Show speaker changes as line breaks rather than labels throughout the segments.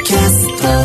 キャスト。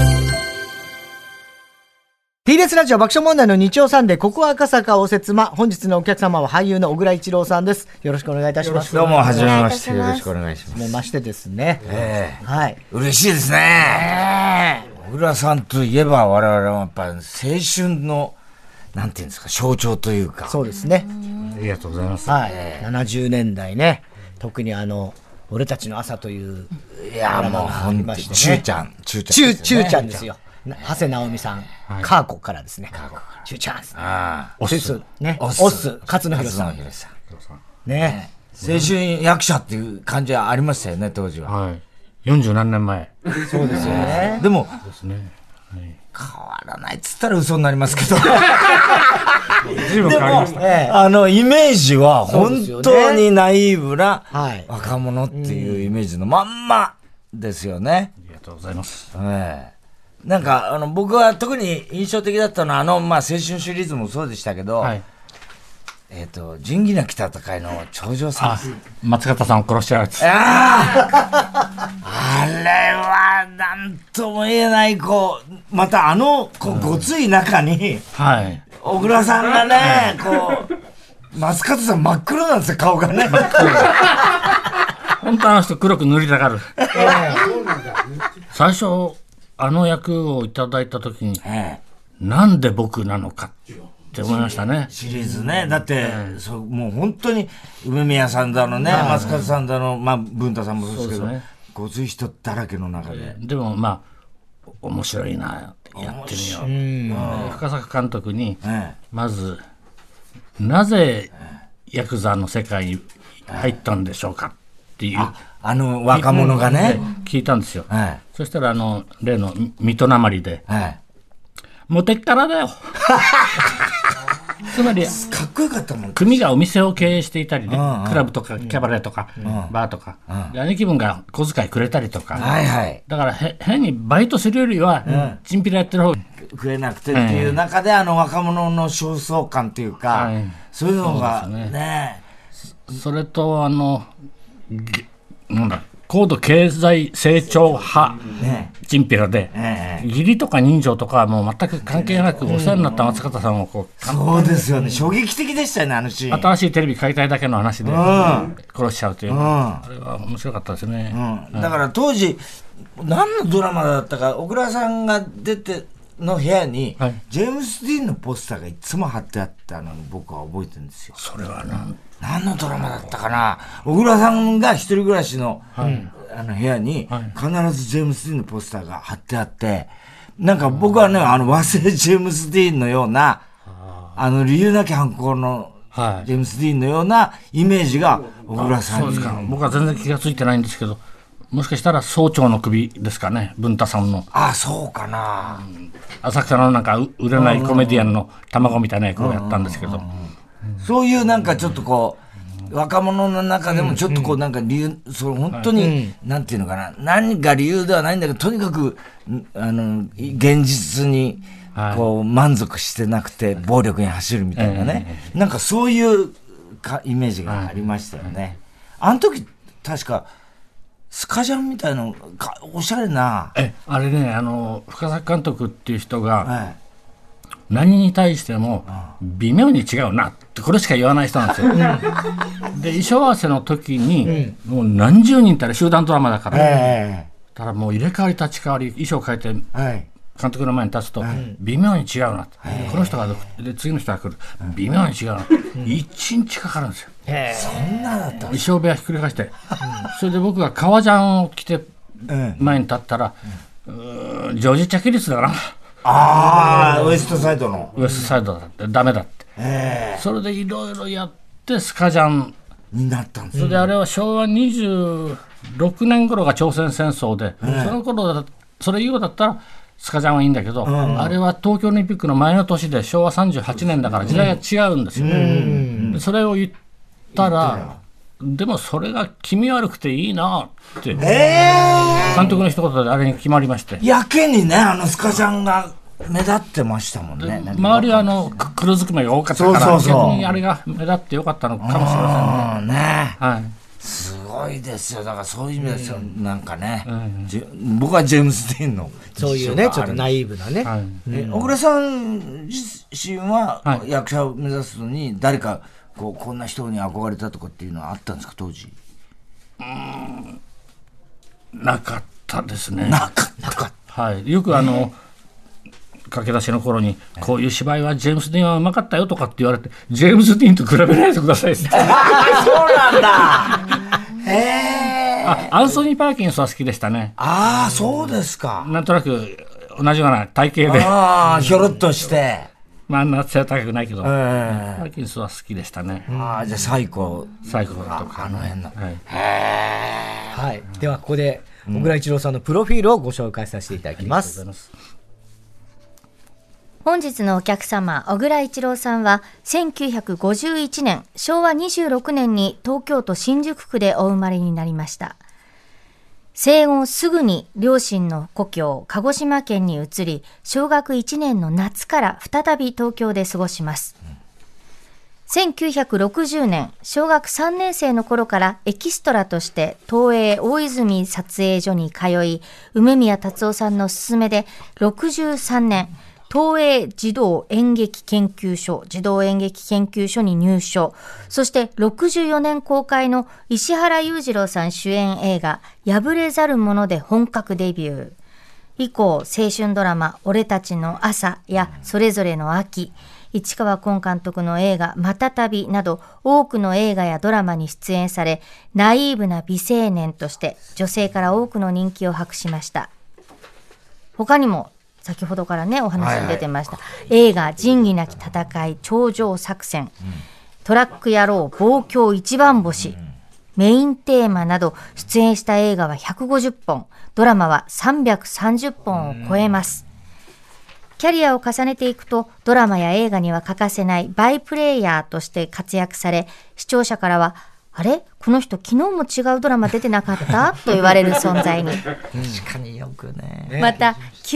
TBS ラジオ爆笑問題の日曜サンデー、ここは赤坂応接間。本日のお客様は俳優の小倉一郎さんです。よろしくお願いいたします。
どうもはじめまして、よろしくお願いします。
はじめましてですね。はい。
嬉しいですね。小倉さんといえば我々はやっぱ青春のなんていうんですか、象徴というか。
そうですね。
ありがとうございます。
はい。70年代ね。特に俺たちの朝という。
いやもう本当にチューちゃん
チューちゃんですよ。長谷直美さん、カーコからですね。チューちゃんです。
オ
スね。オス勝野博さん。ね。
青春役者っていう感じはありましたよね、当時は。
はい。40何年前。
そうですよね。
でも
ですね。
変わらないっつったら嘘になりますけど。
随分変わりました。
イメージは本当にナイーブな
はい
若者っていうイメージのまんまですよね。
ありがとうございます。
なんか僕は特に印象的だったのは青春シリーズもそうでしたけど、
はい。
仁義なき戦いの頂上さん。
松方さんを殺しちゃうやつ。
あれはなんとも言えないまたごつい中に、
はい。
小倉さんがね、松方さん真っ黒なんですよ、顔がね。
本当人黒く塗りたがる。最初、役をいただいたときに、なんで僕なのかって思いましたね。
シリーズね。だって、もう本当に、梅宮さんだのね、松方さんだの、文太さんもそうですけど、ごつい人だらけの中で。
でも面白いな、やってみよう。深作監督に、まず、なぜヤクザの世界に入ったんでしょうかっていう。
若者がね。
聞いたんですよ。そしたら例の水戸なまりで、モテっからだよ。つまり、
かっこよかったもん。
組がお店を経営していたりね、クラブとかキャバレーとか、バーとか、兄貴分が小遣いくれたりとか、だから変にバイトするよりは、チンピラやってる方が
食えなくてっていう中で、若者の焦燥感っていうか、そういうのがね。
それと高度経済成長派チンピラで、義理とか人情とかはもう全く関係なくお世話になった松方さんを
そうですよね、衝撃的でしたよね、シーン。
新しいテレビ買いたいだけの話で殺しちゃうという、あれは面白かったですね。
だから当時何のドラマだったか、小倉さんが出ての部屋に、ジェームス・ディーンのポスターがいつも貼ってあったのを僕は覚えてるんですよ。
それは
何のドラマだったかな。小倉さんが一人暮らしの、部屋に必ずジェームス・ディーンのポスターが貼ってあって、なんか僕はね、和製ジェームス・ディーンのような、理由なき犯行のジェームス・ディーンのようなイメージが小倉さんに。
そうですか。僕は全然気がついてないんですけど、もしかしたら総長の首ですかね、文太さんの。
そうかな。
浅草のなんか売れないコメディアンの卵みたいな役をやったんですけど、
そういうなんかちょっと若者の中でもちょっとなんか理由、本当に、なんていうのかな、何が理由ではないんだけど、とにかく、現実に、満足してなくて、暴力に走るみたいなね。なんかそういうイメージがありましたよね。あの時、確か、スカジャンみたいな、おしゃれな。
あれね、深作監督っていう人が、何に対しても微妙に違うなってこれしか言わない人なんですよ。で衣装合わせの時に、もう何十人いたら集団ドラマだから、だからもう入れ替わり立ち替わり衣装変えて、監督の前に立つと、微妙に違うな、この人がで次の人が来る微妙に違うな、1日かかるんですよ。
そんなだった。
衣装部屋ひっくり返して、それで僕が革ジャンを着て前に立ったら、ジョージ・チャキリスだな。
ウエストサイドの。
ウエストサイドだってダメだって。それでいろいろやってスカジャン
になったんです。
それであれは昭和26年頃が朝鮮戦争で、その頃それ以後だったらスカジャンはいいんだけど、あれは東京オリンピックの前の年で昭和38年だから時代が違うんですよ。でそれを言ったら、でもそれが気味悪くていいなって監督の一言であれに決まりまして、
やけにねスカジャンが目立ってましたもんね。
周りは黒ずくめが多かったから逆にあれが目立ってよかったのかもしれませんね。
すごいですよ。だからそういう意味では、なんかね、僕はジェームズ・ディーンの
そういうね、ちょっとナイーブなね。
小倉さん自身は役者を目指すのに誰かこんな人に憧れたとかっていうのはあったんですか、当時。
なかったですね。
なかった。
はい。よく駆け出しの頃にこういう芝居はジェームス・ディーンはうまかったよとかって言われて、ジェームス・ディーンと比べないでくださいって。
そうなんだ。
アンソニー・パーキンスは好きでしたね。
ああ、そうですか。
なんとなく同じような体型で、
ああ、ひょろっとして。
あんな背は高くないけど、パーキンスは好きでしたね。
ああ、じゃあ最高
とか
あの辺の。
はい。ではここで小倉一郎さんのプロフィールをご紹介させていただきます。
本日のお客様、小倉一郎さんは1951年、昭和26年に東京都新宿区でお生まれになりました。生後すぐに両親の故郷、鹿児島県に移り、小学1年の夏から再び東京で過ごします。1960年、小学3年生の頃からエキストラとして東映大泉撮影所に通い、梅宮達夫さんの勧めで63年、東映児童演劇研究所に入所。そして64年公開の石原裕次郎さん主演映画破れざる者で本格デビュー。以降、青春ドラマ俺たちの朝やそれぞれの秋、市川崑監督の映画またたびなど多くの映画やドラマに出演され、ナイーブな美青年として女性から多くの人気を博しました。他にも先ほどからねお話に出てました、映画仁義なき戦い頂上作戦、トラック野郎望郷一番星、メインテーマなど出演した映画は150本、ドラマは330本を超えます。キャリアを重ねていくとドラマや映画には欠かせないバイプレイヤーとして活躍され、視聴者からはあれこの人昨日も違うドラマ出てなかったと言われる存在に。
確かによくね。
また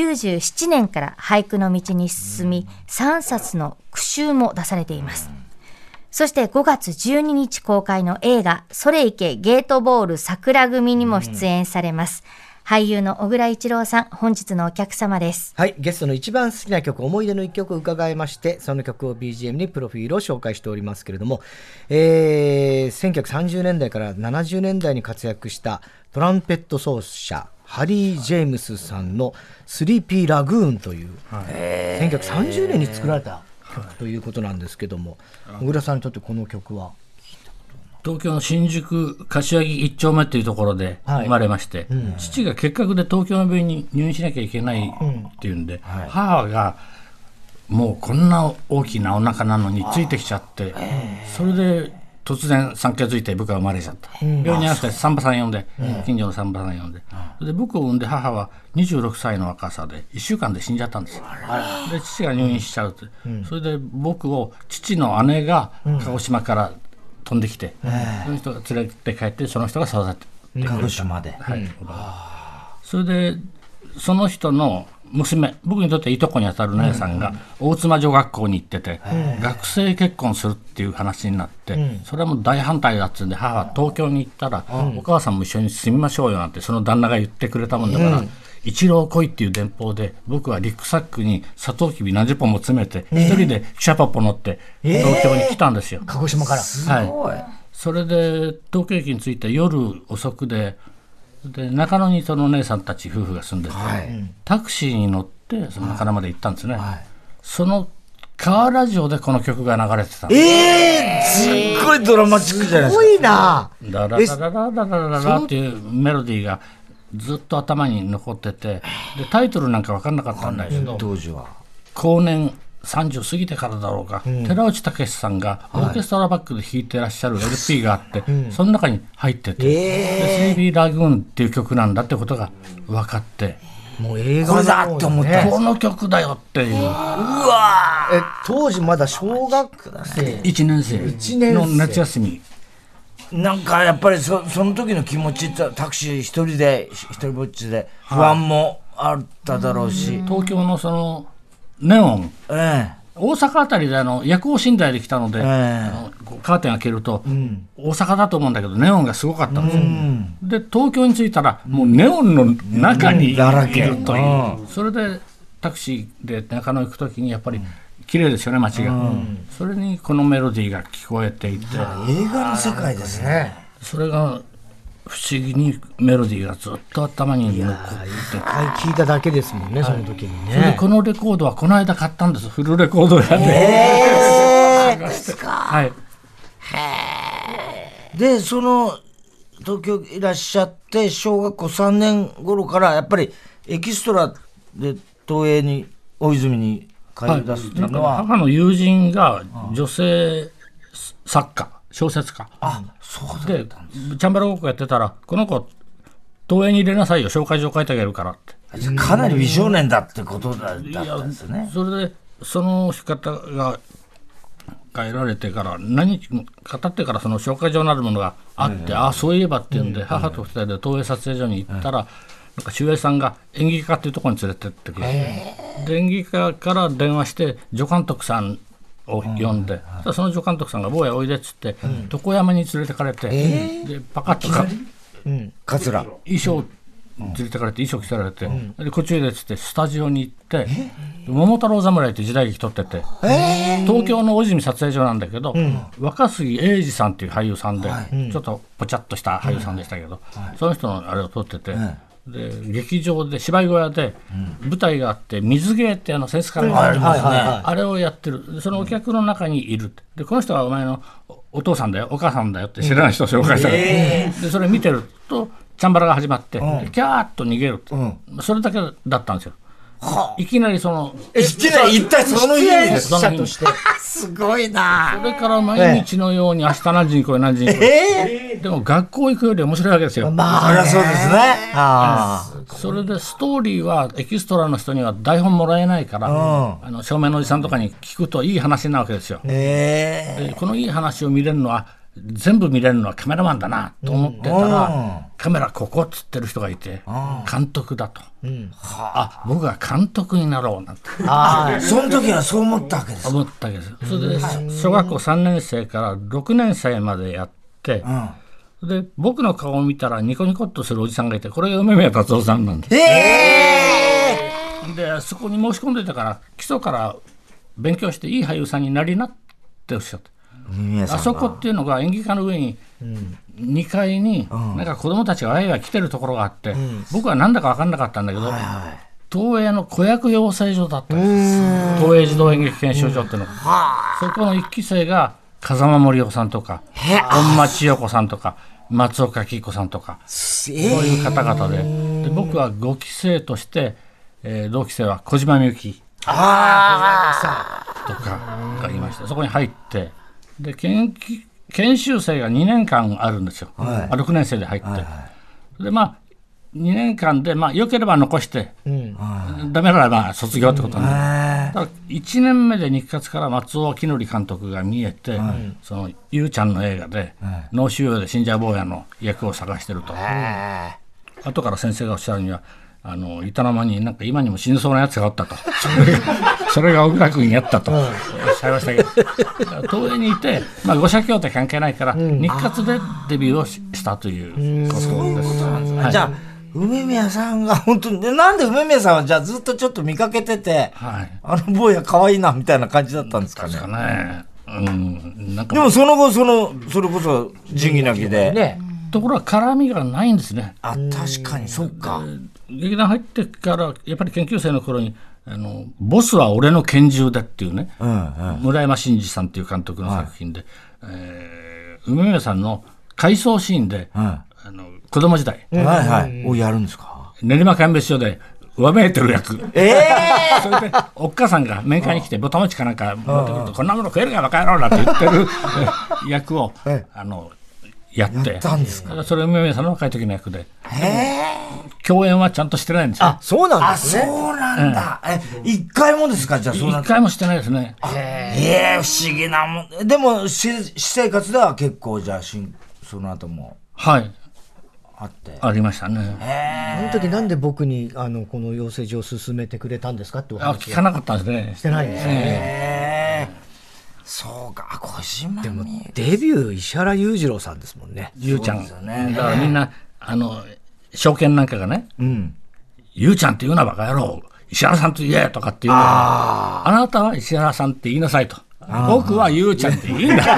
97年から俳句の道に進み、3冊の句集も出されています。そして5月12日公開の映画それいけゲートボール桜組にも出演されます。俳優の小倉一郎さん、本日のお客様です。
はい、ゲストの一番好きな曲、思い出の一曲を伺いまして、その曲を BGM にプロフィールを紹介しておりますけれども、1930年代から70年代に活躍したトランペット奏者ハリー・ジェームスさんのスリーピー・ラグーンという、1930年に作られた曲ということなんですけども、小倉さんにとってこの曲は
東京の新宿柏木1丁目っていうところで生まれまして、父が結核で東京の病院に入院しなきゃいけないっていうんで、母がもうこんな大きなお腹なのについてきちゃって、それで突然産気づいて僕が生まれちゃった。病院に合わせて産婆さん呼んで、近所の産婆さん呼んで、で僕を産んで母は26歳の若さで1週間で死んじゃったんです。で父が入院しちゃうと、それで僕を父の姉が鹿児島から飛んできて、その人が連れて帰って、その人が育てて
鹿児島で、
それでその人の娘、僕にとっていとこにあたる姉さんが大妻女学校に行ってて、学生結婚するっていう話になって、それはもう大反対だっつうんで、母は東京に行ったら、お母さんも一緒に住みましょうよなんてその旦那が言ってくれたもんだから、一郎来いっていう電報で、僕はリュックサックにサトウキビ何十本も詰めて、一人でシャパポ乗って東京に来たんですよ。
鹿児島から。
はい。それで東京駅に着いて夜遅くで中野にその姉さんたち夫婦が住んでて、タクシーに乗ってその中野まで行ったんですね。そのカーラジオでこの曲が流れてたんです。
すっごいドラマチックじゃないですか。
すごいな。
ダラダラダラダラダラっていうメロディーがずっと頭に残ってて、でタイトルなんか分かんなかったんだけど、
当時は
後年30過ぎてからだろうか、寺内武さんがオーケストラバックで弾いてらっしゃる LP があって、その中に入ってて、でセイビー・ラグーンっていう曲なんだってことが分かって、
もう映画
これだって思って、
この曲だよっていう。
当時まだ小学生
1年生の夏休み。
なんかやっぱりその時の気持ちって、タクシー一人ぼっちで不安もあっただろうし、
東京のそのネオン大阪あたりで夜行寝台で来たので、こうカーテン開けると、大阪だと思うんだけどネオンがすごかったんですよ。で東京に着いたらもうネオンの中にいるという、それでタクシーで中野行くときにやっぱり綺麗ですよね街が、それにこのメロディーが聞こえていて、
映画の世界ですね。
それが不思議にメロディーがずっと頭に残って、
一回聞いただけですもんね、その時に
それで
ね。
このレコードはこの間買ったんです、フルレコード屋で。
ですか。
はい、
でその東京いらっしゃって小学校3年頃からやっぱりエキストラで東映に大泉に通い出すっていうのは、
母の友人が女性作家、小説家
そう
でチャンバラごっこやってたら、この子東映に入れなさいよ、紹介状書いてあげるからって。
かなり美少年だってことだったんですね。
それでその仕方が得られてから何日も語ってから、その紹介状なるものがあって、ああそういえばっていうんで、母と二人で東映撮影所に行ったら、なんか秀平さんが演劇科っていうところに連れてってくれて、で演劇科から電話して助監督さんを呼んで、その助監督さんが坊やおいでっつって、床山に連れてかれて、でパカッと
カツラ
衣装連れてかれて、衣装着せられて、でこっちへでっつってスタジオに行って、桃太郎侍って時代劇撮ってて、東京の大泉撮影所なんだけど、若杉英二さんっていう俳優さんで、ちょっとぽちゃっとした俳優さんでしたけど、その人のあれを撮ってて、で劇場で芝居小屋で舞台があって、水芸ってセンスカラーがありますね、あれをやってる。そのお客の中にいる。でこの人はお前のお父さんだよ、お母さんだよって知らない人を紹介したから、でそれ見てるとチャンバラが始まって、キャーッと逃げるって、それだけだったんですよ。いきなりその
一体その日にです
記者として
すごいな。
それから毎日のように明日何時に来い何時に来い、でも学校行くより面白いわけですよ。
そりゃそうですね。
それでストーリーはエキストラの人には台本もらえないから、照明のおじさんとかに聞くといい話なわけですよ。でこのいい話を見れるのは、全部見れるのはカメラマンだなと思ってたら、カメラここっつってる人がいて、監督だと、あ僕が監督になろうなんて
その時はそう思ったわけですか。
思ったわけです。それで小学校3年生から6年生までやって、で僕の顔を見たらニコニコっとするおじさんがいて、これが梅宮達夫さんなんです。でそこに申し込んでたから、基礎から勉強していい俳優さんになりなっておっしゃって、あそこっていうのが演技科の上に2階になんか子供たちがワイワイ来てるところがあって、僕はなんだか分かんなかったんだけど、東映の子役養成所だったんです。東映児童演劇研修所っていうのが、そこの1期生が風間森夫さんとか本間千代子さんとか松岡紀子さんとか、そういう方々で、僕は5期生として、同期生は小島みゆきとかがいまして、そこに入って、で研修生が2年間あるんですよ、6年生で入って、で2年間で良ければ残して、ダメなら卒業ってことなんで、だから1年目で日活から松尾明則監督が見えて、そのゆうちゃんの映画で、脳腫瘍で死んじゃう坊やの役を探してると、後から先生がおっしゃるには、板の間になんか今にも死にそうなやつがおったとそれが小倉君やったとおっしゃいましたけど、東映にいて、五社協定関係ないから、日活でデビューをしたということです。
じゃあ梅宮さんが本当になんで梅宮さんはじゃあずっとちょっと見かけてて、坊や可愛いなみたいな感じだったんですかね。
なんか
でもその後それこそ仁義なきで、
ところが絡みがないんですね。
確かにそうか。
劇団入ってからやっぱり研究生の頃にボスは俺の拳銃だっていうね、村山真司さんっていう監督の作品で、梅宮さんの回想シーンで、子供時代
をやるんですか。
練馬鑑別所でわめいてる役、それでおっかさんが面会に来てボタン持ちかなんか持ってくると、こんなもの食えるかバカ野郎なんて言ってる役をやったんですか。それ梅宮さんの若い時の役で、共演はちゃんとしてないんですよ。
そうなんですね。
そうなんだ。一回もですか。じゃあ
一回もしてないですね。
不思議なもん。でも私生活では結構じゃあその後も
はい
あって
ありましたね。
の時なんで僕にこの養成所を勧めてくれたんですかってお話
聞かなかったんですね。
してないんですね。
そうか、小島
でも
みゆき。
デビュー石原裕次郎さんですもんね。
ゆうちゃん。
そうですよね
だからみんな、証券なんかがね、ゆうちゃんって言うなバカ野郎、石原さんと言えとかっていうのは、あなたは石原さんって言いなさいと。僕はゆうちゃんっていいんだ。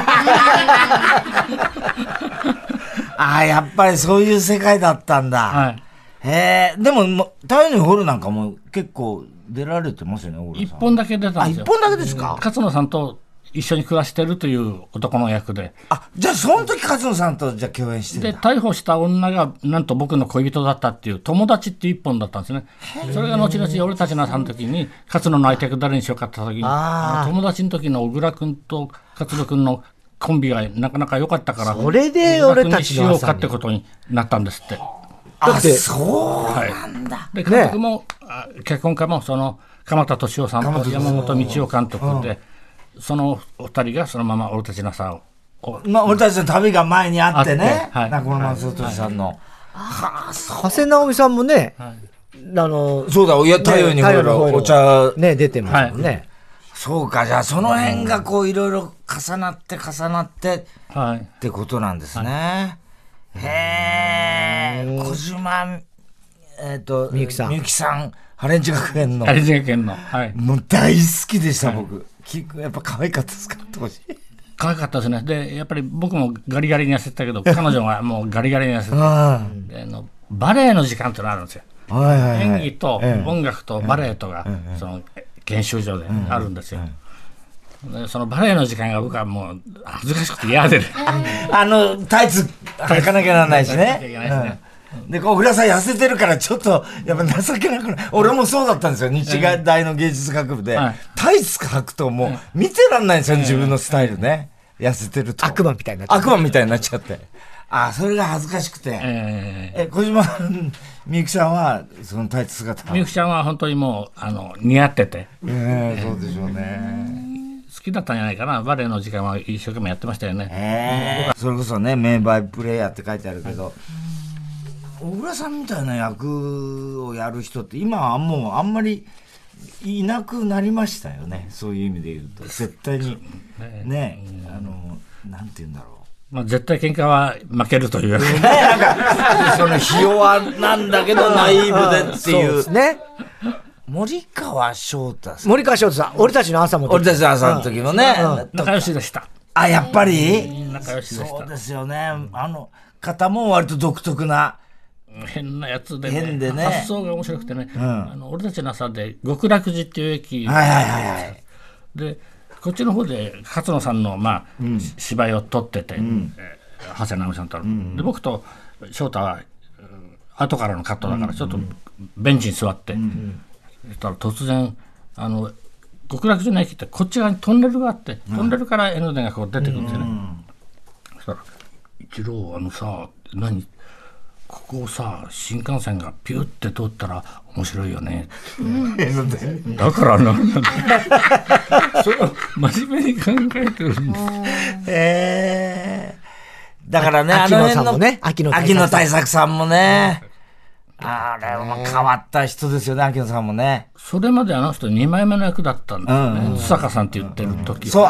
やっぱりそういう世界だったんだ。
はい。
でも、太陽にホールなんかも結構出られてますよね、
一本だけ出たんですよ。
一本だけですか？
勝野さんと一緒に暮らしてるという男の役で。
じゃあその時勝野さんとじゃあ共演して
で、
るんだ。
逮捕した女がなんと僕の恋人だったっていう友達っていう一本だったんですね。それが後々俺たちの朝の時に勝野の相手が誰にしようかって時に、友達の時の小倉君と勝野君のコンビがなかなか良かったから、
それで俺たち
しようかってことになったんですって。
だって
そうなんだ。
で監督も、脚本家もその鎌田敏夫さんと山本道夫監督で、そのお二人がそのまま俺たちの朝を、
俺たちの旅が前にあってね、
はい
中村雅俊さんの。
長谷直美さんもね、
そうだ、太陽にほらお茶
ね出てますもんね。
そうか、じゃあその辺がこういろいろ重なって
はい
ってことなんですね。へえ、小島
みゆきさん。
みゆきさん、ハレンチ学園の。
有地学園の、はい、
もう大好きでした、僕。やっぱ可愛かったですか、当時。
可愛かったですね。でやっぱり僕もガリガリに痩せてたけど彼女はもうガリガリに痩せてて、でバレエの時間ってのがあるんですよ。演技と音楽とバレエとがその研修所であるんですよ。でそのバレエの時間が僕はもう恥ずかしくて嫌で、
タイツ履かなきゃならないしね。
いけないですね。
で、小倉さん痩せてるからちょっと、やっぱ情けなくない。俺もそうだったんですよ。日大の芸術学部で。タイツ履くともう見てらんないんですよ、自分のスタイルね。痩せてると。
悪魔みたいになっちゃって。
悪魔みたいになっちゃって。それが恥ずかしくて。小島みゆきさんは、そのタイツ姿。
みゆきちゃんは本当にもう、似合ってて。
そうでしょうね。
好きだったんじゃないかな。バレエの時間は一生懸命やってましたよね。
それこそね、名バイプレイヤーって書いてあるけど、小倉さんみたいな役をやる人って今はもうあんまりいなくなりましたよね。そういう意味で言うと絶対にね、なんて言うんだろ
まあ、絶対喧嘩は負けるという、
なんかそのひ弱なんだけどナイーブでっていう。
そうですね。
森川翔太さん。
森川翔太さん、俺たちの朝も。
俺たちの朝の時のね。
仲良しでした。
やっぱり
仲良しでした。
そうですよね。方も割と独特な。
変なやつで、
変でね、
発想が面白くてね、俺たちの朝で極楽寺っていう駅で、こっちの方で勝野さんの、芝居を撮ってて、長谷直美さんと、で僕と翔太は後からのカットだからちょっとベンチに座って、そしたら突然極楽寺の駅ってこっち側にトンネルがあって、トンネルから江ノ電がこう出てくるんですよね。そしたら「一郎さ何ここをさ新幹線がピュって通ったら面白いよね」だからなんだそれを真面目に考えてるんです。
だからね、
秋野さんもね、秋野
大作さんもね、あれは変わった人ですよね、秋野さんもね。
それまであの人2枚目の役だったんですよね、津坂さんって言ってる時。
そう、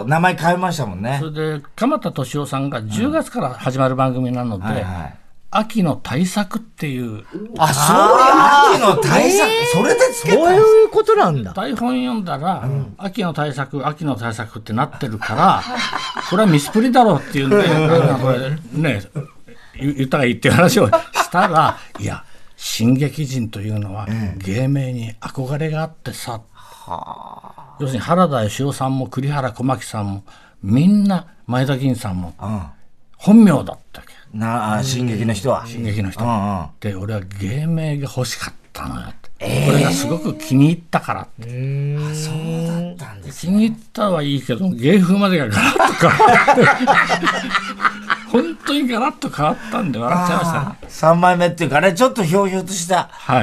名前変えましたもんね。
それで鎌田敏夫さんが10月から始まる番組なので、秋の大作っていう。
そういう秋の大作、それでつけた。
そういうことなんだ。
台本読んだら、秋の大作ってなってるから、これはミスプリだろうっていうんで、これね、言ったらいいっていう話をしたら、いや、新劇人というのは芸名に憧れがあってさ、要するに原田芳雄さんも栗原小巻さんも、みんな前田銀さんも、本名だったっけ。
進撃の人は。
進撃の人。で、俺は芸名が欲しかったのよって。これがすごく気に入ったからって。
そうだったんです。
気に入ったはいいけど、芸風までがガラッと変わって。本当にガラッと変わったんで笑っちゃいましたね。
3枚目っていうかね、ちょっとひょうひょうとした。
はい。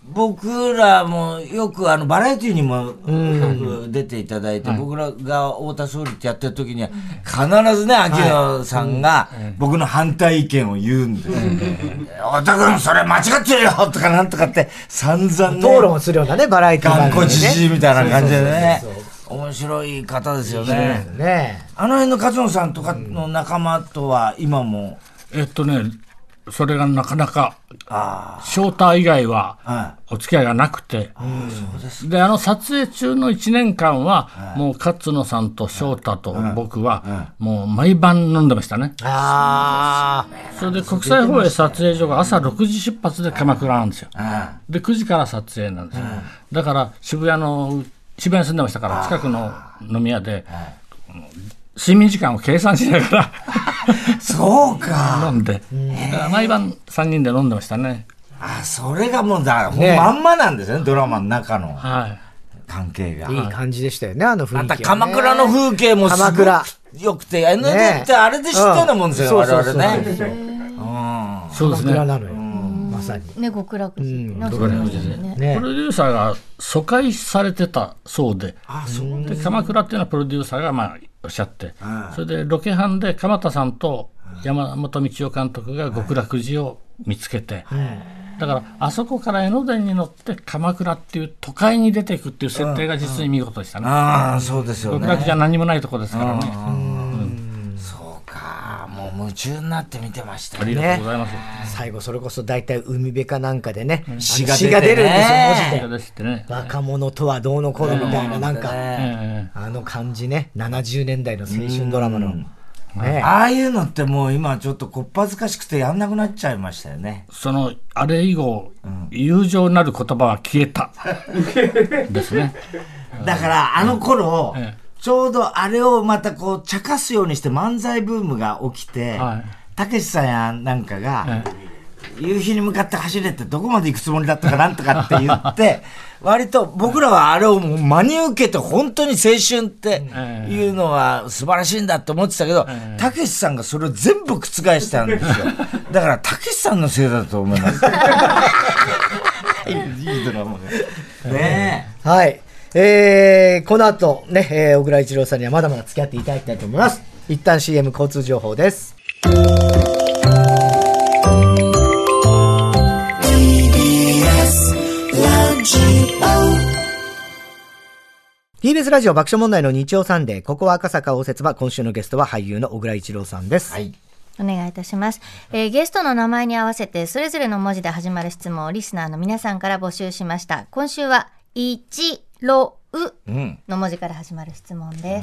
僕らもよくバラエティにもよく出ていただいて、僕らが太田総理ってやってる時には、必ずね、秋野さんが僕の反対意見を言うんです。太田君、それ間違ってるよとかなんとかって、散々ね。
討論するようなね、バラエティ
頑固じじいみたいな感じでね。面白い方ですよね。あの辺の勝野さんとかの仲間とは今も。
それがなかなか翔太以外はお付き合いがなくて、で撮影中の1年間はもう勝野さんと翔太と僕はもう毎晩飲んでましたね。それで国際放映撮影所が朝6時出発で鎌倉なんですよ。で9時から撮影なんですよ。だから渋谷に住んでましたから近くの飲み屋で睡眠時間を計算しながら
そうか
飲んで、だから毎晩3人で飲んでましたね。
それがもうまんまなんですね、ドラマの中の関係が。
いい感じでしたよね、あの雰囲気はね。
また鎌倉の風景もすごく良くて、NHK ってあれで知ってるもんですよ、我々ね。
そうですね。
鎌倉なのよ、まさに。
ね、極楽寺。
プロデューサーが疎開されてたそうで、で鎌倉っていうのはプロデューサーがおっしゃって、それでロケハンで鎌田さんと山本道夫監督が極楽寺を見つけて、だからあそこから江ノ電に乗って鎌倉っていう都会に出ていくっていう設定が実に見事でしたね。
そうですよね。
極楽寺は何もないとこですからね。
そうか、もう夢中になって見てました
ありがとうございます。
最後それこそ大体海辺かなんかでね、
詩が
出るんですよ、文字で。
ね、
若者とはどうのこうのみたいな、なんかあの感じね、70年代の青春ドラマの。
ああいうのってもう今ちょっとこっぱずかしくてやんなくなっちゃいましたよね。
あれ以後、友情なる言葉は消えたですね。
だからあの頃、ちょうどあれをまたこう茶化すようにして漫才ブームが起きて、たけしさんやなんかが、夕日に向かって走れってどこまで行くつもりだったかなんとかって言って割と僕らはあれをもう真に受けて本当に青春っていうのは素晴らしいんだって思ってたけど、たけしさんがそれを全部覆したんですよ。だからたけしさんのせいだと思います。いいドラマね。
はい、この後ね、小倉一郎さんにはまだまだ付き合っていただきたいと思います。一旦 CM 交通情報です。TBS ラジオ爆笑問題の日曜サンデー、ここは赤坂応接場。今週のゲストは俳優の小倉一郎さんです。
はい、お願いいたします。ゲストの名前に合わせてそれぞれの文字で始まる質問をリスナーの皆さんから募集しました。今週は一郎の文字から始まる質問です。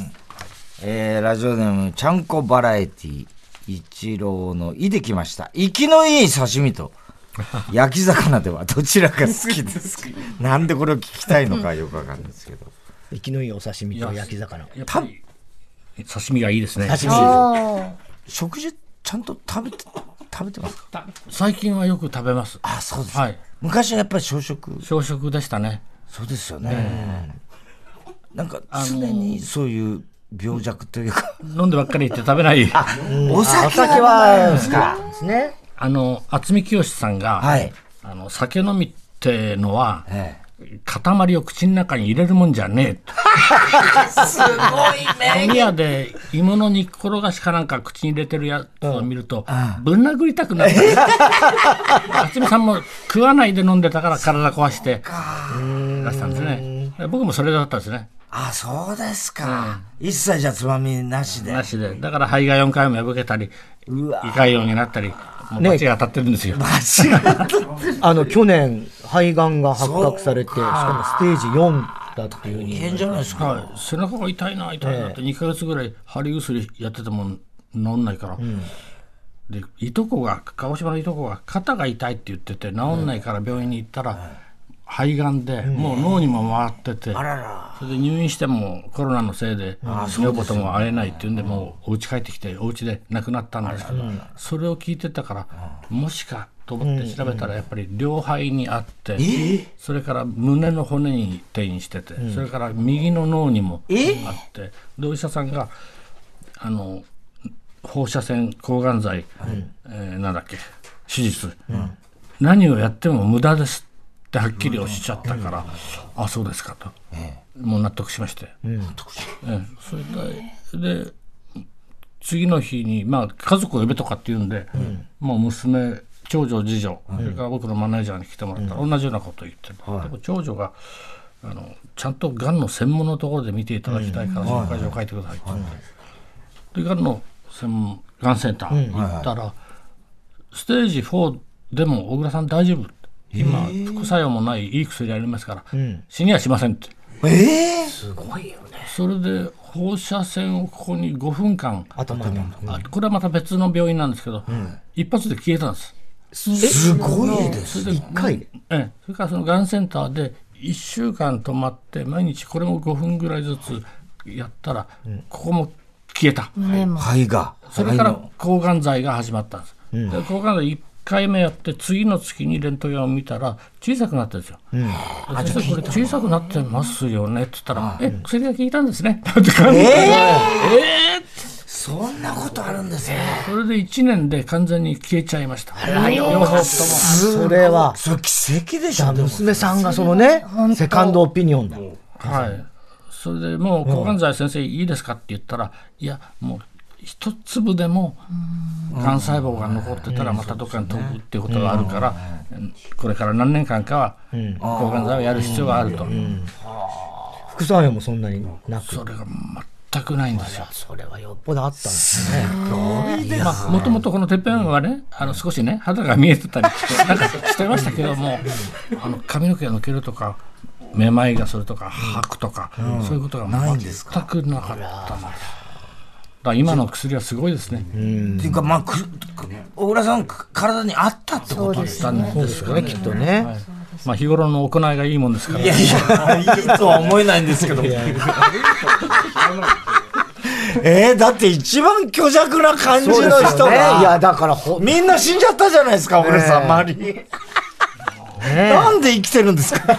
ラジオネームちゃんこバラエティ一郎のいできました。生きのいい刺身と焼き魚ではどちらが好きですか？なんでこれを聞きたいのかよくわかるんですけど。
生きのいいお刺身と焼き魚。
やっぱり刺身がいいですね。
刺身。
食事ちゃんと食べてますか？
最近はよく食べます。
そうです。はい。昔はやっぱり小食
でしたね。
そうですよね。なんか常にそういう病弱というか
飲んでばっかりって食べない。
お酒はですね。
渥美清さんが、酒飲みってのは、塊を口の中に入れるもんじゃね
え。すごいね。
飲み屋で芋の煮っころがしかなんか口に入れてるやつを見ると、ぶん殴りたくなる。渥美さんも食わないで飲んでたから体壊して出したんですね。僕もそれだったんですね。
そうですか。一切じゃつまみなしで。
だから肺が4回も破けたり、胃潰瘍になったり、もう罰が当たってるんですよ。
罰が当たってる。
去年肺がんが発覚されて、しかもステージ4だっていう風に。
大変じゃないですか。
背中が痛いなって2ヶ月ぐらい貼り薬やってても治んないから。で鹿児島のいとこが肩が痛いって言ってて治んないから病院に行ったら。肺がんでもう脳にも回ってて、それで入院してもコロナのせいで女房とも会えないっていうんでもうお家帰ってきてお家で亡くなったんですけど、それを聞いてたからもしかと思って調べたらやっぱり両肺にあって、それから胸の骨に転移してて、それから右の脳にもあって、でお医者さんが放射線抗がん剤、なんだっけ手術、何をやっても無駄ですってってはっきりおっしゃったから、あ、そうですかと、もう納得しまして、それで次の日に、まあ、家族を呼べとかっていうんで、もう娘、長女、次女、それから僕のマネージャーに来てもらったら、同じようなことを言ってる、でも長女がちゃんとがんの専門のところで見ていただきたいから紹介状を書いてくださいって、でがんのがんセンターに行ったら、ステージ4でも小倉さん大丈夫、今副作用もないいい薬ありますから、死にはしませんって。
すごいよね。
それで放射線をここに5分間、
頭に、
これはまた別の病院なんですけど、一発で消えたんです。
すごいですね。
1回で。
それからそのがんセンターで1週間泊まって、毎日これも5分ぐらいずつやったら、ここも消えた。
肺が。
それから抗がん剤が始まったんです。で抗がん剤1回目やって次の月にレントゲンを見たら小さくなったんですよ。そしてこれ小さくなってますよねって言ったら、薬が効いたんですねって感じで、
そんなことあるんですね。
それで1年で完全に消えちゃいました。両方とも。
それは
それ奇跡でしょ。
娘さんがそのね、セカンドオピニオンだ。
はい。それでもう抗がん剤先生いいですかって言ったら、いやもう一粒でもがん細胞が残ってたらまたどっかに飛ぶっていうことがあるから、これから何年間かは抗がん剤をやる必要があると。
副作用もそんなになく。
それが全くないんですよ。
それはよっぽどあったんですね。
もともとこのてっぺんはね、少しね肌が見えてたりなんかしてましたけども、髪の毛が抜けるとかめまいがするとか吐くとか、そういうことが全くなかったんです。今の薬はすごいですね。
っていうか、まあ、小倉さん体に合ったってことです
そうですよね、きっとね。
まあ日頃の行いがいいもんですから。
いやいいとは思えないんですけど。だって一番虚弱な感じの人が、
いやだから
みんな死んじゃったじゃないですか、小倉さん周りに。なんで生きてるんですか。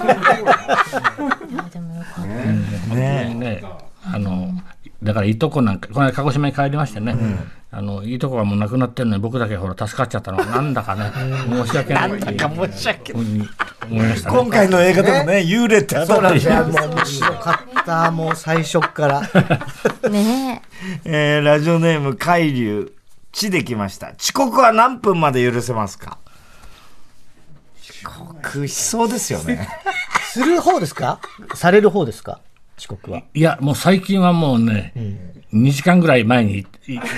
だからいとこなんかこの間鹿児島に帰りましてね、いとこがもう亡くなってるのに僕だけほら助かっちゃったのがなんだかね申し訳ないって
申し訳ない
思いましたね。
今回の映画でもね、幽霊ってあったんですよ。
もう面白かった、もう最初から
ね
ラジオネーム海流地できました。遅刻は何分まで許せますか。遅刻しそうですよね。
する方ですか、される方ですか、遅刻は。
いやもう最近はもうね、2時間ぐらい前に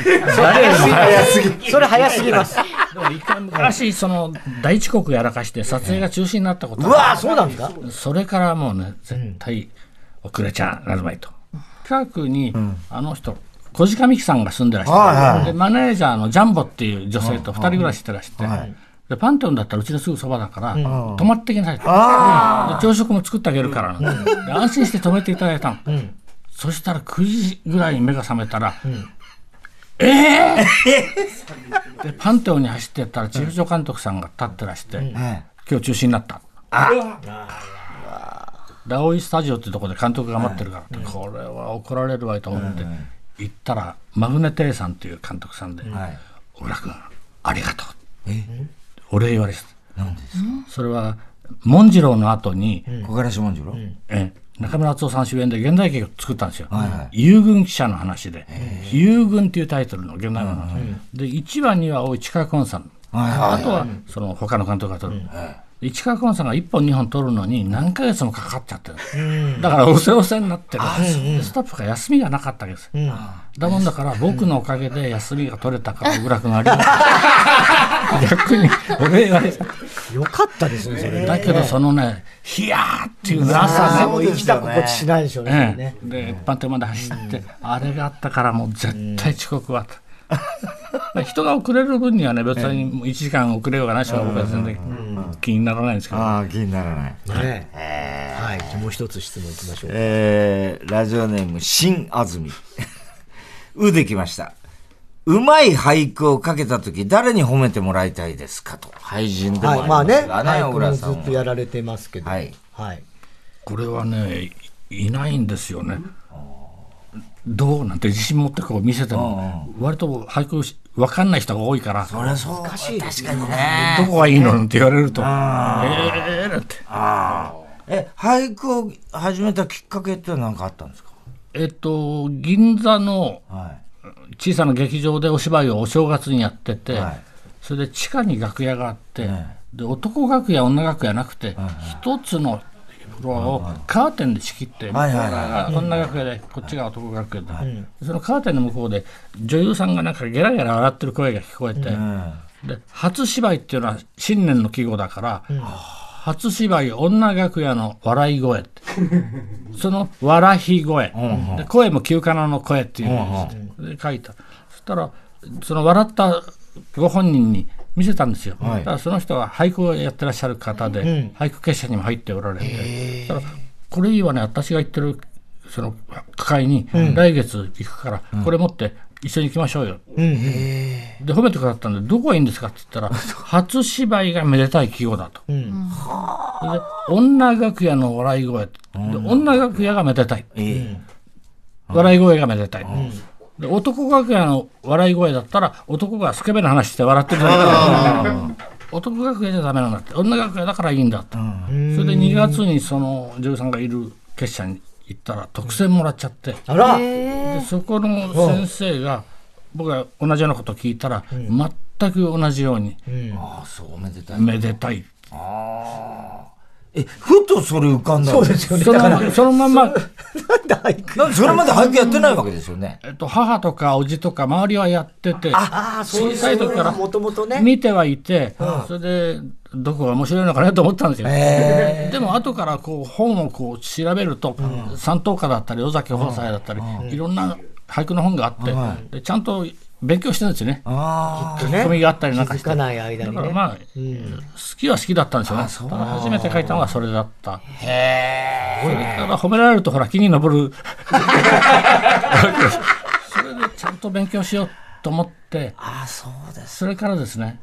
それ早すぎます。
昔その大遅刻やらかして撮影が中止になったこと
うわ、そうなんですか。
それからもうね絶対遅れちゃなるまいと。近くにあの人小鹿美樹さんが住んでらして、でマネージャーのジャンボっていう女性と2人暮らししてらして、でパンテオンだったらうちのすぐそばだから、泊まってきなさいと、で朝食も作ってあげるからなんで安心して泊めていただいたの、そしたら9時ぐらいに目が覚めたら、でパンテオンに走ってったら千尋監督さんが立ってらして、今日中止になった。ラオイスタジオっていうところで監督が待ってるから、これは怒られるわと思って行ったら、マグネテイさんっていう監督さんで、小倉君ありがとう、お礼言われてた。何ですか。それは紋次郎の後に
小柄し紋次郎、
中村敦夫さん主演で現代劇を作ったんですよ。遊軍記者の話で、遊軍っていうタイトルの現代の話で、1話2話を市川崑さん、あとはその他の監督が撮る。市川崑さんが1本2本撮るのに何ヶ月もかかっちゃってる、だからおせおせになってる。スタッフが休みがなかったわけです、だもんだから僕のおかげで休みが取れたから小倉君ありがとう逆に俺言われた。
よかったですねそれ。
だけどそのねヒヤーっていう朝ね、
生きた心地しないでしょうね。
でパンテまで走って、あれがあったからもう絶対遅刻は人が遅れる分にはね別に1時間遅れようがないし僕は全然気にならないんですけど、
気にならない、
はい、もう一つ質問いきましょう。
ラジオネーム新安住うできました。うまい俳句をかけたとき誰に褒めてもらいたいですかと。俳人でもありますがね、
俳句もずっとやられてますけど、
これはねいないんですよね。どうなんて自信持ってこう見せても、割と俳句分かんない人が多いから、
それはそう難しい。確かにね、
どこがいいのって言われるとなんて。
俳句を始めたきっかけって何かあったんですか？
銀座の小さな劇場でお芝居をお正月にやってて、それで地下に楽屋があって、で男楽屋女楽屋なくて、一つのフロアをカーテンで仕切って、向こうが女楽屋でこっちが男楽屋で、そのカーテンの向こうで女優さんがなんかゲラゲラ笑ってる声が聞こえて、で初芝居っていうのは新年の季語だから、初芝居女楽屋の笑い声ってその笑い声、で声も旧仮名の声っていうので書いた。そしたらその笑ったご本人に見せたんですよ。だからその人は俳句をやってらっしゃる方で、俳句結社にも入っておられて、だからこれいいわね、私が言ってるその句会に来月行くから、これ持って一緒に行きましょうよ、で褒めてくださったんで、どこがいいんですかって言ったら初芝居がめでたい季語だと、で女楽屋の笑い声、で女楽屋がめでたい、笑い声がめでたい、で男楽屋の笑い声だったら男がスケベな話して笑ってるだけだから男楽屋じゃダメなんだって、女楽屋だからいいんだと、それで2月にその女優さんがいる結社に行ったら特選もらっちゃって、でそこの先生が僕が同じようなことを聞いたら、全く同じように、
そうめでたい、
めでたい、
ふとそれ浮かんだ。
そうですよね。
そのまんま
なんでそれまで俳句やってないわけですよね。
母とか叔父とか周りはやってて、小さい時から見てはいて、それでどこが面白いのかなと思ったんですよ。でも後からこう本をこう調べると、三等家だったり尾崎豊斎だったり、いろんな俳句の本があって、でちゃんと勉強してるんですよね。書き込みがあったりなんかして。だからまあ、好きは好きだったんですよね。ただ初めて書いたのがそれだった。それから褒められるとほら木に登る。それでちゃんと勉強しようと思って、それからですね。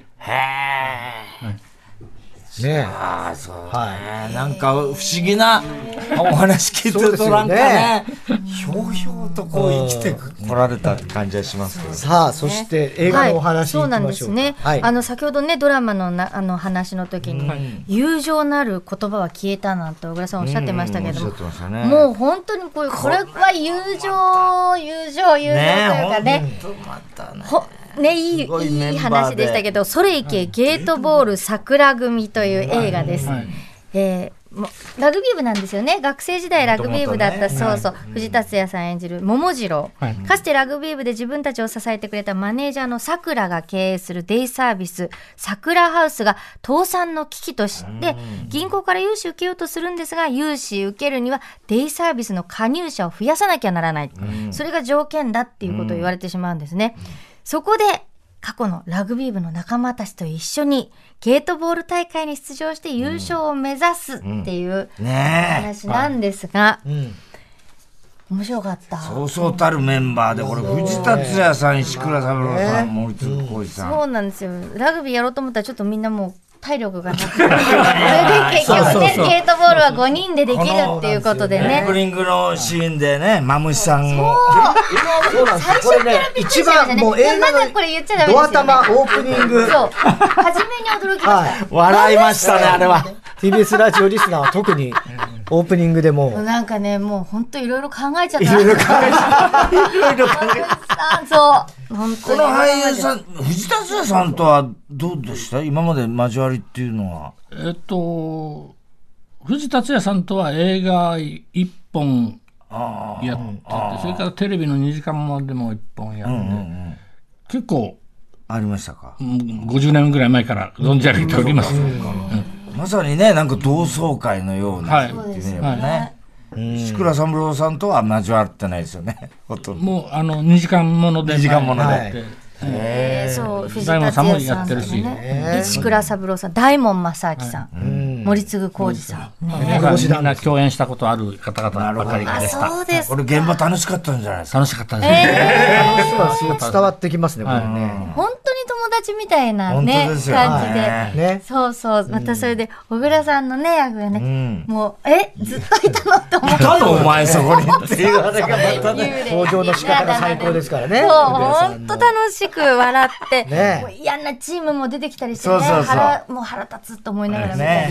なんか不思議なお話聞いてるとなんかね、ひょうひょうとこう生きてこられた感じはしますけど。
さあ、そして映画のお話
そうなんですね。先ほどねドラマの話の時に、友情なる言葉は消えたなんて小倉さんおっしゃってましたけども、もう本当にこれは友情というかね。いい話でしたけど、それいけゲートボール桜組という映画です。ラグビー部なんですよね。学生時代ラグビー部だった、藤達也さん演じる桃次郎、かつてラグビー部で自分たちを支えてくれたマネージャーのさくらが経営するデイサービスさくらハウスが倒産の危機として銀行から融資受けようとするんですが、融資受けるにはデイサービスの加入者を増やさなきゃならない、それが条件だっていうことを言われてしまうんですね。そこで過去のラグビー部の仲間たちと一緒にゲートボール大会に出場して優勝を目指すっていう話なんですが、面白かった。
そうそうたるメンバーで、これ藤達也さん、石倉三郎さん、森次浩二さん。
そうなんですよ。ラグビーやろうと思ったらちょっとみんなもう体力がなくて、それで結局ねゲートボールは5人でできるっていうことでね。
オープニングのシーンでね、マムシさんを。
そうなんです。これね、一番もう映画のドア玉オープニング。
そう。初めに驚きました。
笑いましたね、あれは。
TBS ラジオリスナーは特にオープニングでも
なんかね、もう本当いろいろ考えちゃった。
いろいろ考
えそう本当に。
この俳優さん、藤達也さんとはどうでした？今まで交わりっていうのは。
藤達也さんとは映画1本やってて、それからテレビの2時間もでも1本やって、結構
ありましたか
？50年ぐらい前から存じ上げております。
まさにね、なんか同窓会のような、石倉三郎さんとは交わってないですよね。ほとんど。もう
2時間もので。
2時間もので。
そう藤達也さんもやってるし、石倉三郎さん、大門正明さん、森次浩二さん、
みんな共演したことある方々ばかりでした。
そうです。
これ現場楽しかったんじゃないですか？
楽しかったですね。
伝わってきますね、これね。
本当に友達みたいなね感じで、そうそう、またそれで小倉さんのね役がね、もうずっといたのって思って。い
たのお前そこにっていうあれがまたね。
登場の仕方が最高ですからね。
そう、本当楽しく笑って、嫌なチームも出てきたりしてね、もう腹立つと思いながら見たり、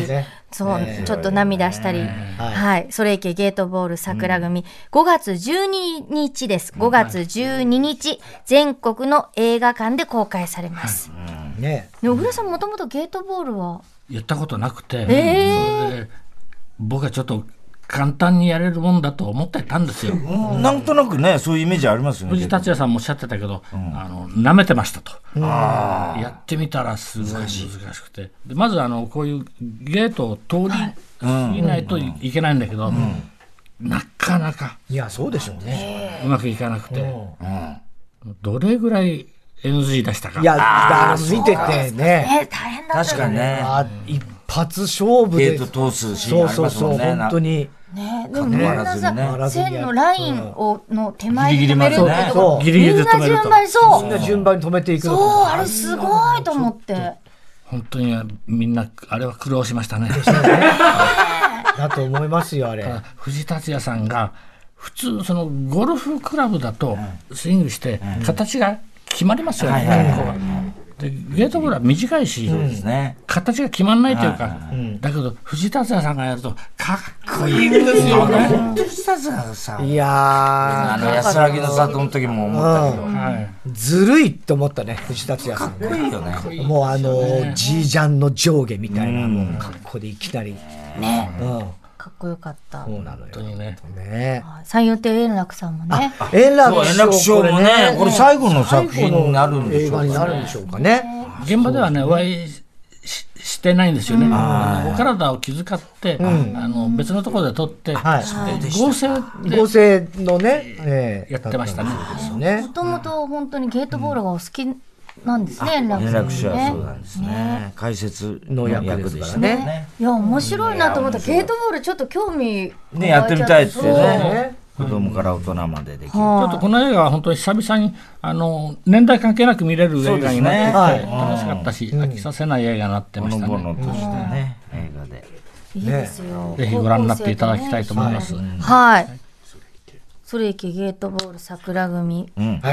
そう、ちょっと涙したり、はい、それいけゲートボール桜組、5月12日です。5月12日、全国の映画館で公開されます。
ね、
小倉さんもともとゲートボールは
やったことなくて、それで僕はちょっと簡単にやれるもんだと思ってたんですよ。
なんとなくね、そういうイメージありますよね。
藤達也さんもおっしゃってたけど、舐めてましたと。やってみたらすごい難しくて、でまずこういうゲートを通り過ぎないといけないんだけど、なかなか
いやそうでしょうね、
うまくいかなくて、どれぐらい NG 出したか。
いや見ててね、
大変だった
確かにね、
一発勝負で
ゲート通すシーンありますもんね。
本当に
ね、でもみんなさ、線のラインの手前
ギリギリ
で止めるって
までね
とこ、
ギリギリで止めると
みんな順番にそう
みんな順番に止めていくの
そう、あれすごいと思って。
本当にみんなあれは苦労しましたね。
だと思いますよあれ。
藤達也さんが普通そのゴルフクラブだとスイングして形が決まりますよね。でゲートボールは短いし、形が決まんないというか、だけど藤達也さんがやるとかっこいいんですよね。
藤達也さん、
いや
安らぎの里の時も思ったけど、
ずるいって思ったね藤達也さん。
かっこいいよね。
もうジージャンの上下みたいなもう格好でいきなり
ね、かっこよかった。
そうなのよ。
本当にね。
三遊亭円楽さんもね。
円楽師匠もね、これ最後の作品になるんでしょうか。
映画になるんでしょうかね。
現場ではね、お会いしてないんですよね。お体を気遣って、別のところで撮って、合成
のね、
やってましたね。
もともと本当にゲートボールがお好きなんですね、円楽師匠
はそうなんですね。解説の役でしたね。
いや面白いなと思った。ゲートボールちょっと興味
ね、やってみたいってね。子供から大人までできる。ち
ょっとこの映画は本当に久々に年代関係なく見れる映画になってて楽しかったし、飽きさせない映画になってましたね。
ほのぼのとしてね、映画で。
いいですよ。
ぜひご覧になっていただきたいと思います。
はい。それいけゲートボール桜組。
はい。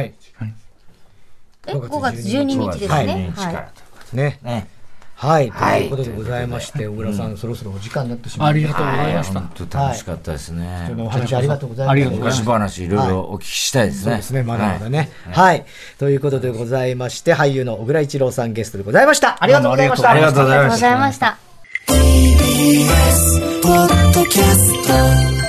5月12日ですね。
ね。はい、ということでございまして、小倉さん、そろそろお時間になってしまいました。
ありがとうございました。
本当楽しかったですね。
お話ありがとうございます。
昔話いろいろお聞きしたいですね。
そうですね、まだまだね。はい。ということでございまして、俳優の小倉一郎さんゲストでございました。ありがとうございました。
ありがとうございました。
TBS ポッドキャスト